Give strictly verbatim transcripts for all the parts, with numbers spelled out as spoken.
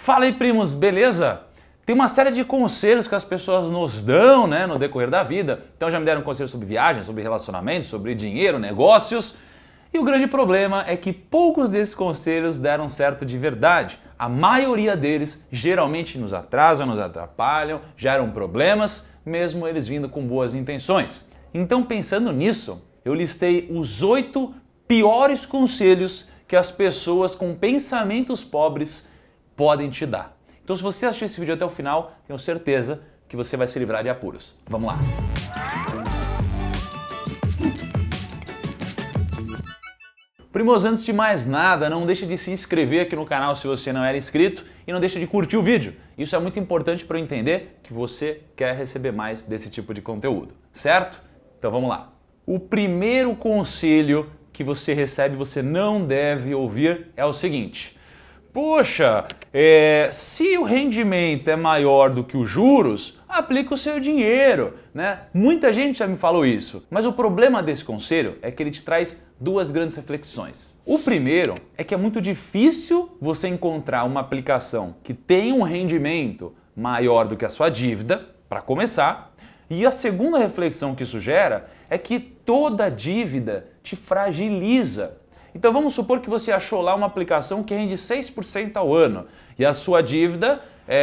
Fala aí, primos, beleza? Tem uma série de conselhos que as pessoas nos dão, né, no decorrer da vida. Então já me deram conselhos sobre viagens, sobre relacionamentos, sobre dinheiro, negócios. E o grande problema é que poucos desses conselhos deram certo de verdade. A maioria deles geralmente nos atrasam, nos atrapalham, geram problemas, mesmo eles vindo com boas intenções. Então, pensando nisso, eu listei os oito piores conselhos que as pessoas com pensamentos pobres podem te dar. Então, se você assistir esse vídeo até o final, tenho certeza que você vai se livrar de apuros. Vamos lá! Primos, antes de mais nada, não deixe de se inscrever aqui no canal se você não era inscrito e não deixe de curtir o vídeo. Isso é muito importante para eu entender que você quer receber mais desse tipo de conteúdo, certo? Então vamos lá. O primeiro conselho que você recebe e você não deve ouvir é o seguinte: poxa, é, se o rendimento é maior do que os juros, aplica o seu dinheiro, né? Muita gente já me falou isso, mas o problema desse conselho é que ele te traz duas grandes reflexões. O primeiro é que é muito difícil você encontrar uma aplicação que tenha um rendimento maior do que a sua dívida, para começar, e a segunda reflexão que isso gera é que toda dívida te fragiliza. Então vamos supor que você achou lá uma aplicação que rende seis por cento ao ano e a sua dívida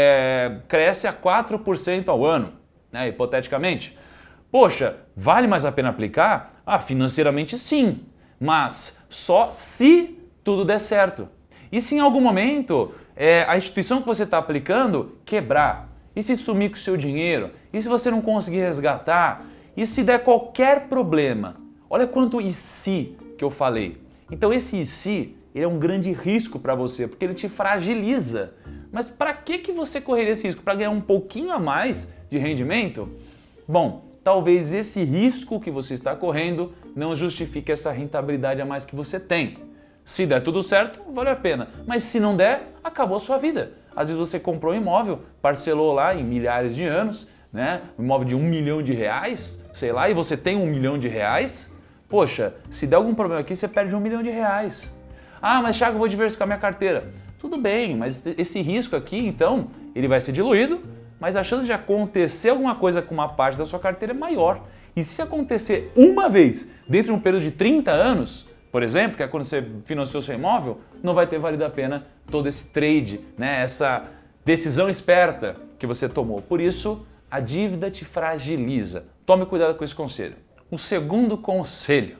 é, cresce a quatro por cento ao ano, né, hipoteticamente. Poxa, vale mais a pena aplicar? Ah, financeiramente sim, mas só se tudo der certo. E se em algum momento é, a instituição que você está aplicando quebrar? E se sumir com o seu dinheiro? E se você não conseguir resgatar? E se der qualquer problema? Olha quanto e se que eu falei. Então esse e se, ele é um grande risco para você, porque ele te fragiliza. Mas para que que você correria esse risco? Para ganhar um pouquinho a mais de rendimento? Bom, talvez esse risco que você está correndo não justifique essa rentabilidade a mais que você tem. Se der tudo certo, vale a pena. Mas se não der, acabou a sua vida. Às vezes você comprou um imóvel, parcelou lá em milhares de anos, né? Um imóvel de um milhão de reais, sei lá, e você tem um milhão de reais. Poxa, se der algum problema aqui, você perde um milhão de reais. Ah, mas Thiago, eu vou diversificar minha carteira. Tudo bem, mas esse risco aqui, então, ele vai ser diluído, mas a chance de acontecer alguma coisa com uma parte da sua carteira é maior. E se acontecer uma vez dentro de um período de trinta anos, por exemplo, que é quando você financiou seu imóvel, não vai ter valido a pena todo esse trade, né? Essa decisão esperta que você tomou. Por isso, a dívida te fragiliza. Tome cuidado com esse conselho. O segundo conselho: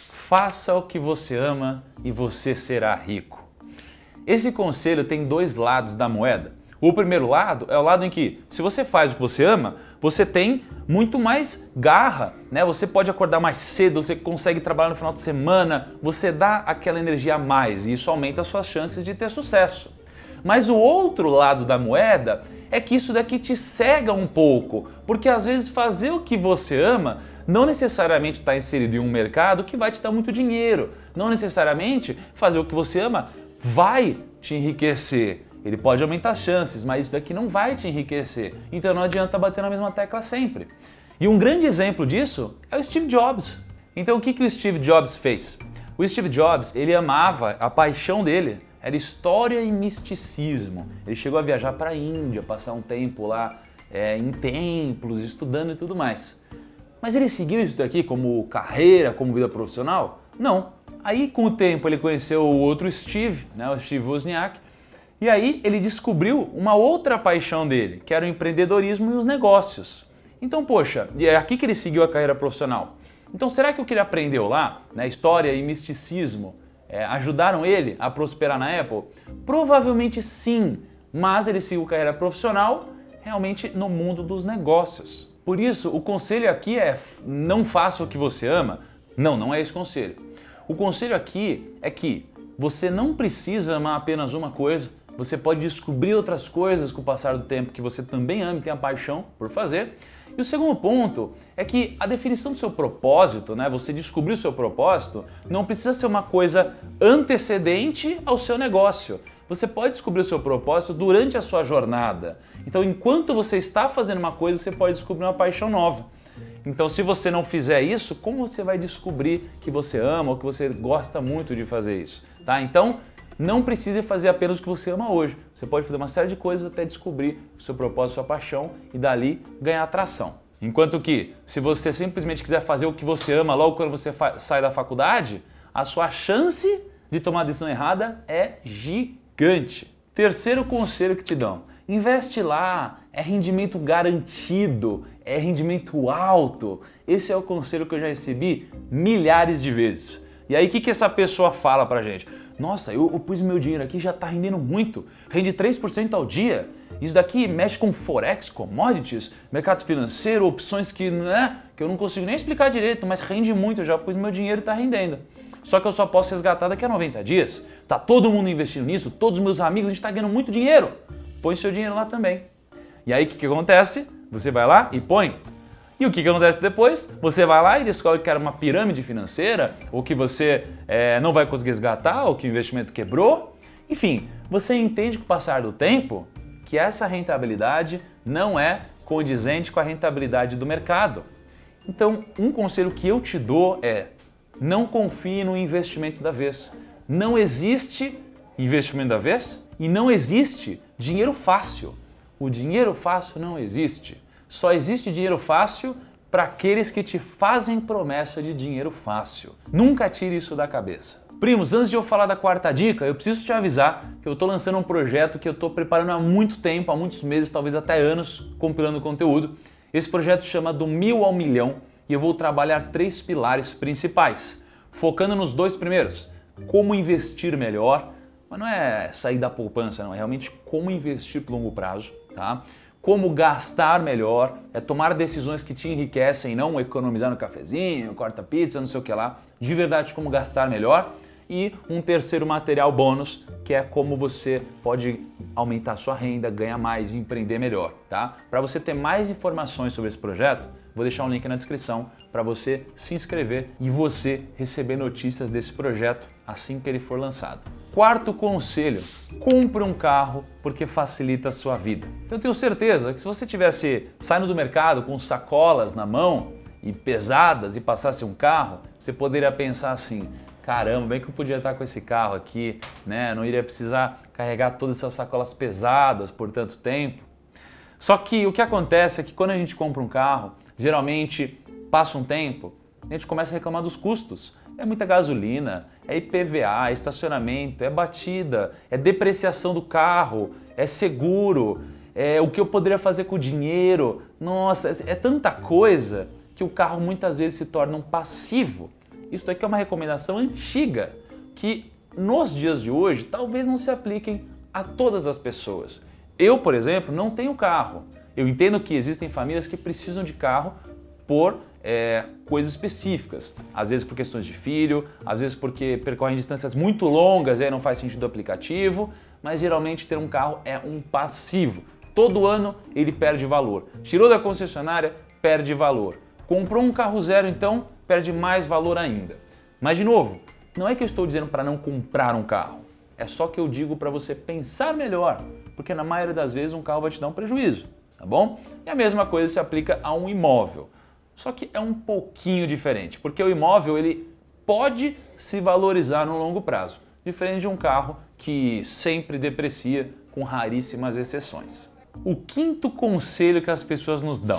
faça o que você ama e você será rico. Esse conselho tem dois lados da moeda. O primeiro lado é o lado em que, se você faz o que você ama, você tem muito mais garra, né? Você pode acordar mais cedo, você consegue trabalhar no final de semana, você dá aquela energia a mais e isso aumenta as suas chances de ter sucesso. Mas o outro lado da moeda é que isso daqui te cega um pouco, porque às vezes fazer o que você ama não necessariamente está inserido em um mercado que vai te dar muito dinheiro. Não necessariamente fazer o que você ama vai te enriquecer. Ele pode aumentar as chances, mas isso daqui não vai te enriquecer. Então não adianta bater na mesma tecla sempre. E um grande exemplo disso é o Steve Jobs. Então o que, que o Steve Jobs fez? O Steve Jobs, ele amava, a paixão dele era história e misticismo. Ele chegou a viajar para a Índia, passar um tempo lá é, em templos, estudando e tudo mais. Mas ele seguiu isso daqui como carreira, como vida profissional? Não. Aí com o tempo ele conheceu o outro Steve, né, o Steve Wozniak, e aí ele descobriu uma outra paixão dele, que era o empreendedorismo e os negócios. Então, poxa, e é aqui que ele seguiu a carreira profissional. Então, será que o que ele aprendeu lá, né, história e misticismo, é, ajudaram ele a prosperar na Apple? Provavelmente sim, mas ele seguiu a carreira profissional realmente no mundo dos negócios. Por isso, o conselho aqui é: não faça o que você ama. Não, não é esse conselho. O conselho aqui é que você não precisa amar apenas uma coisa. Você pode descobrir outras coisas com o passar do tempo que você também ama e tem a paixão por fazer. E o segundo ponto é que a definição do seu propósito, né, você descobrir o seu propósito, não precisa ser uma coisa antecedente ao seu negócio. Você pode descobrir o seu propósito durante a sua jornada. Então, enquanto você está fazendo uma coisa, você pode descobrir uma paixão nova. Então, se você não fizer isso, como você vai descobrir que você ama ou que você gosta muito de fazer isso? Tá? Então, Não precisa fazer apenas o que você ama hoje. Você pode fazer uma série de coisas até descobrir o seu propósito, sua paixão e dali ganhar atração. Enquanto que, se você simplesmente quiser fazer o que você ama logo quando você sai da faculdade, a sua chance de tomar a decisão errada é gigante. Terceiro conselho que te dão: investe lá, é rendimento garantido, é rendimento alto. Esse é o conselho que eu já recebi milhares de vezes. E aí o que, que essa pessoa fala pra gente? Nossa, eu, eu pus meu dinheiro aqui, já tá rendendo muito, rende três por cento ao dia. Isso daqui mexe com Forex, commodities, mercado financeiro, opções que, né, que eu não consigo nem explicar direito, mas rende muito, eu já pus meu dinheiro e tá rendendo. Só que eu só posso resgatar daqui a noventa dias. Tá todo mundo investindo nisso, todos os meus amigos, a gente tá ganhando muito dinheiro. Põe seu dinheiro lá também. E aí o que, que acontece? Você vai lá e põe. E o que, que acontece depois? Você vai lá e descobre que era uma pirâmide financeira, ou que você é, não vai conseguir resgatar, ou que o investimento quebrou. Enfim, você entende com o passar do tempo que essa rentabilidade não é condizente com a rentabilidade do mercado. Então, um conselho que eu te dou é: não confie no investimento da vez. Não existe investimento da vez e não existe dinheiro fácil. O dinheiro fácil não existe. Só existe dinheiro fácil para aqueles que te fazem promessa de dinheiro fácil. Nunca tire isso da cabeça. Primos, antes de eu falar da quarta dica, eu preciso te avisar que eu estou lançando um projeto que eu estou preparando há muito tempo, há muitos meses, talvez até anos, compilando conteúdo. Esse projeto chama Do Mil ao Milhão e eu vou trabalhar três pilares principais, focando nos dois primeiros: como investir melhor, mas não é sair da poupança, não, é realmente como investir por longo prazo, tá? Como gastar melhor, é tomar decisões que te enriquecem, não economizar no cafezinho, corta pizza, não sei o que lá, de verdade como gastar melhor. E um terceiro material bônus, que é como você pode aumentar sua renda, ganhar mais e empreender melhor, tá? Para você ter mais informações sobre esse projeto, vou deixar um link na descrição para você se inscrever e você receber notícias desse projeto assim que ele for lançado. Quarto conselho: compre um carro porque facilita a sua vida. Eu tenho certeza que se você tivesse saindo do mercado com sacolas na mão e pesadas e passasse um carro, você poderia pensar assim: caramba, bem que eu podia estar com esse carro aqui, né? Não iria precisar carregar todas essas sacolas pesadas por tanto tempo. Só que o que acontece é que quando a gente compra um carro, geralmente passa um tempo, a gente começa a reclamar dos custos. É muita gasolina, é I P V A, é estacionamento, é batida, é depreciação do carro, é seguro, é o que eu poderia fazer com o dinheiro. Nossa, é tanta coisa que o carro muitas vezes se torna um passivo. Isso aqui é uma recomendação antiga que nos dias de hoje talvez não se apliquem a todas as pessoas. Eu, por exemplo, não tenho carro. Eu entendo que existem famílias que precisam de carro por é, coisas específicas. Às vezes por questões de filho, às vezes porque percorrem distâncias muito longas e aí não faz sentido o aplicativo, mas geralmente ter um carro é um passivo. Todo ano ele perde valor. Tirou da concessionária, perde valor. Comprou um carro zero, então perde mais valor ainda. Mas de novo, não é que eu estou dizendo para não comprar um carro. É só que eu digo para você pensar melhor, porque na maioria das vezes um carro vai te dar um prejuízo, tá bom? E a mesma coisa se aplica a um imóvel. Só que é um pouquinho diferente, porque o imóvel ele pode se valorizar no longo prazo, diferente de um carro que sempre deprecia, com raríssimas exceções. O quinto conselho que as pessoas nos dão: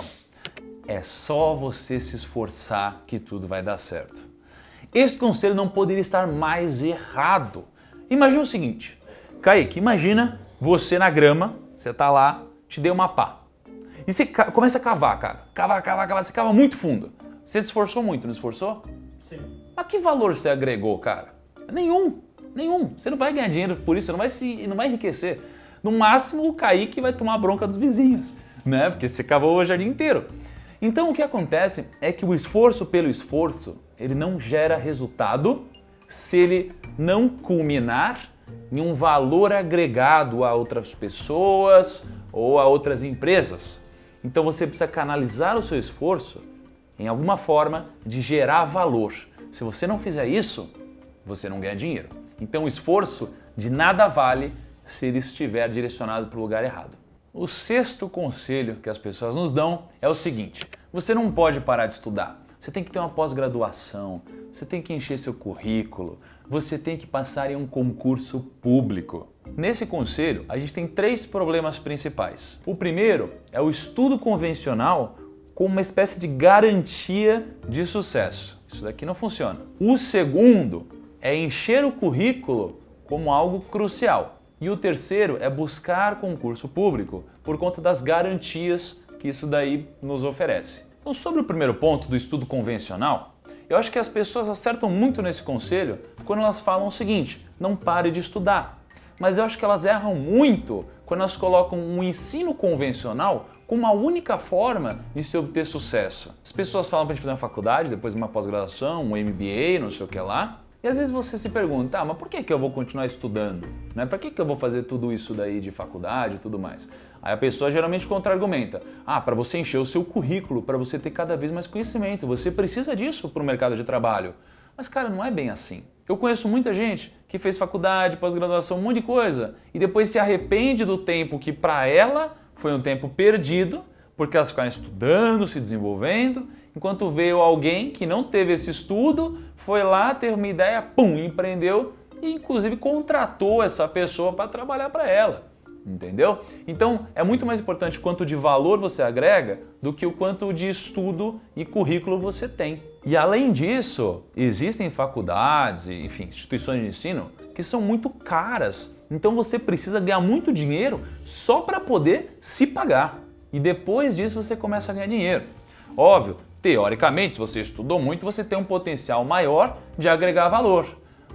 é só você se esforçar que tudo vai dar certo. Esse conselho não poderia estar mais errado. Imagina o seguinte, Kaique, imagina você na grama, você tá lá, te dei uma pá. E você começa a cavar, cara. Cavar, cavar, cavar, você cava muito fundo. Você se esforçou muito, não esforçou? Sim. Mas que valor você agregou, cara? Nenhum, nenhum. Você não vai ganhar dinheiro por isso, você não vai, se, não vai enriquecer. No máximo, o Kaique vai tomar bronca dos vizinhos, né? Porque você cavou o jardim inteiro. Então, o que acontece é que o esforço pelo esforço, ele não gera resultado se ele não culminar em um valor agregado a outras pessoas ou a outras empresas. Então você precisa canalizar o seu esforço em alguma forma de gerar valor. Se você não fizer isso, você não ganha dinheiro. Então o esforço de nada vale se ele estiver direcionado para o lugar errado. O sexto conselho que as pessoas nos dão é o seguinte: você não pode parar de estudar. Você tem que ter uma pós-graduação, você tem que encher seu currículo, você tem que passar em um concurso público. Nesse conselho, a gente tem três problemas principais. O primeiro é o estudo convencional como uma espécie de garantia de sucesso. Isso daqui não funciona. O segundo é encher o currículo como algo crucial. E o terceiro é buscar concurso público por conta das garantias que isso daí nos oferece. Então, sobre o primeiro ponto do estudo convencional, eu acho que as pessoas acertam muito nesse conselho quando elas falam o seguinte: não pare de estudar. Mas eu acho que elas erram muito quando elas colocam um ensino convencional como a única forma de se obter sucesso. As pessoas falam para a gente fazer uma faculdade, depois uma pós-graduação, um M B A, não sei o que lá. E às vezes você se pergunta, ah, mas por que, que eu vou continuar estudando? Né? Para que, que eu vou fazer tudo isso daí de faculdade e tudo mais? Aí a pessoa geralmente contra-argumenta, ah, para você encher o seu currículo, para você ter cada vez mais conhecimento, você precisa disso para o mercado de trabalho. Mas cara, não é bem assim. Eu conheço muita gente que fez faculdade, pós-graduação, um monte de coisa, e depois se arrepende do tempo que para ela foi um tempo perdido, porque elas ficaram estudando, se desenvolvendo, enquanto veio alguém que não teve esse estudo, foi lá, teve uma ideia, pum, empreendeu e inclusive contratou essa pessoa para trabalhar para ela, entendeu? Então é muito mais importante quanto de valor você agrega do que o quanto de estudo e currículo você tem. E além disso, existem faculdades e, enfim, instituições de ensino que são muito caras, então você precisa ganhar muito dinheiro só para poder se pagar. E depois disso você começa a ganhar dinheiro. Óbvio, teoricamente, se você estudou muito, você tem um potencial maior de agregar valor.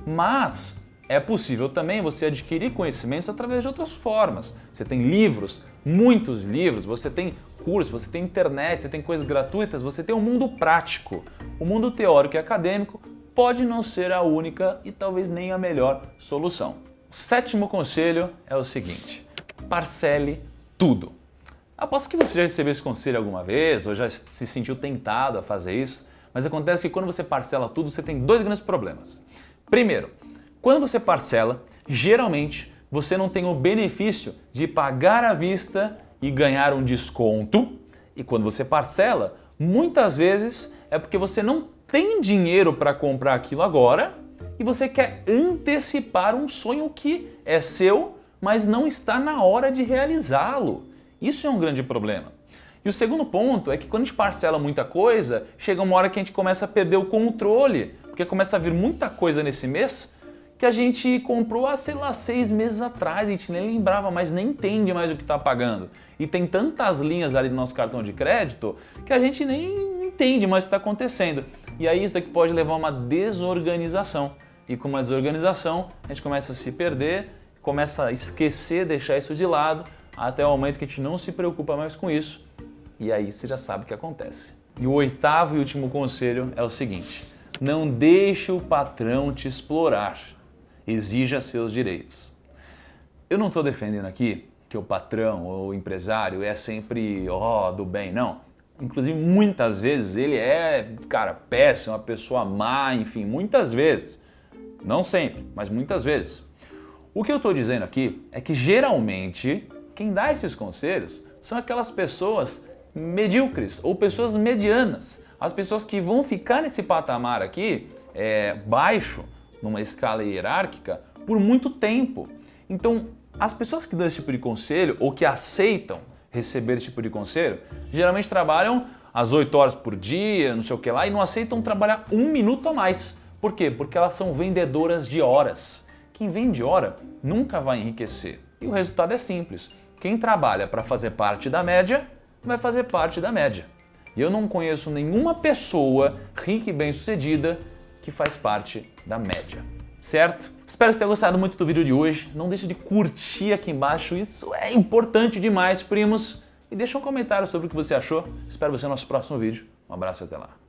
Mas é possível também você adquirir conhecimentos através de outras formas. Você tem livros, muitos livros, você tem cursos, você tem internet, você tem coisas gratuitas, você tem um mundo prático. O mundo teórico e acadêmico pode não ser a única e talvez nem a melhor solução. O sétimo conselho é o seguinte: parcele tudo. Aposto que você já recebeu esse conselho alguma vez ou já se sentiu tentado a fazer isso, mas acontece que quando você parcela tudo, você tem dois grandes problemas. Primeiro, quando você parcela, geralmente você não tem o benefício de pagar à vista e ganhar um desconto. E quando você parcela, muitas vezes é porque você não tem dinheiro para comprar aquilo agora e você quer antecipar um sonho que é seu, mas não está na hora de realizá-lo. Isso é um grande problema. E o segundo ponto é que quando a gente parcela muita coisa, chega uma hora que a gente começa a perder o controle, porque começa a vir muita coisa nesse mês que a gente comprou há, sei lá, seis meses atrás, a gente nem lembrava mais, nem entende mais o que está pagando. E tem tantas linhas ali no nosso cartão de crédito que a gente nem entende mais o que está acontecendo. E aí isso daqui pode levar a uma desorganização. E com uma desorganização, a gente começa a se perder, começa a esquecer, deixar isso de lado, até o momento que a gente não se preocupa mais com isso, e aí você já sabe o que acontece. E o oitavo e último conselho é o seguinte: não deixe o patrão te explorar, exija seus direitos. Eu não estou defendendo aqui que o patrão ou o empresário é sempre ó, do bem, não. Inclusive muitas vezes ele é, cara, péssimo, uma pessoa má, enfim, muitas vezes. Não sempre, mas muitas vezes. O que eu estou dizendo aqui é que geralmente quem dá esses conselhos são aquelas pessoas medíocres ou pessoas medianas. As pessoas que vão ficar nesse patamar aqui, é, baixo, numa escala hierárquica, por muito tempo. Então, as pessoas que dão esse tipo de conselho ou que aceitam receber esse tipo de conselho, geralmente trabalham às oito horas por dia, não sei o que lá, e não aceitam trabalhar um minuto a mais. Por quê? Porque elas são vendedoras de horas. Quem vende hora nunca vai enriquecer. E o resultado é simples. Quem trabalha para fazer parte da média, vai fazer parte da média. E eu não conheço nenhuma pessoa rica e bem-sucedida que faz parte da média, certo? Espero que você tenha gostado muito do vídeo de hoje. Não deixe de curtir aqui embaixo, isso é importante demais, primos. E deixa um comentário sobre o que você achou. Espero você no nosso próximo vídeo. Um abraço e até lá.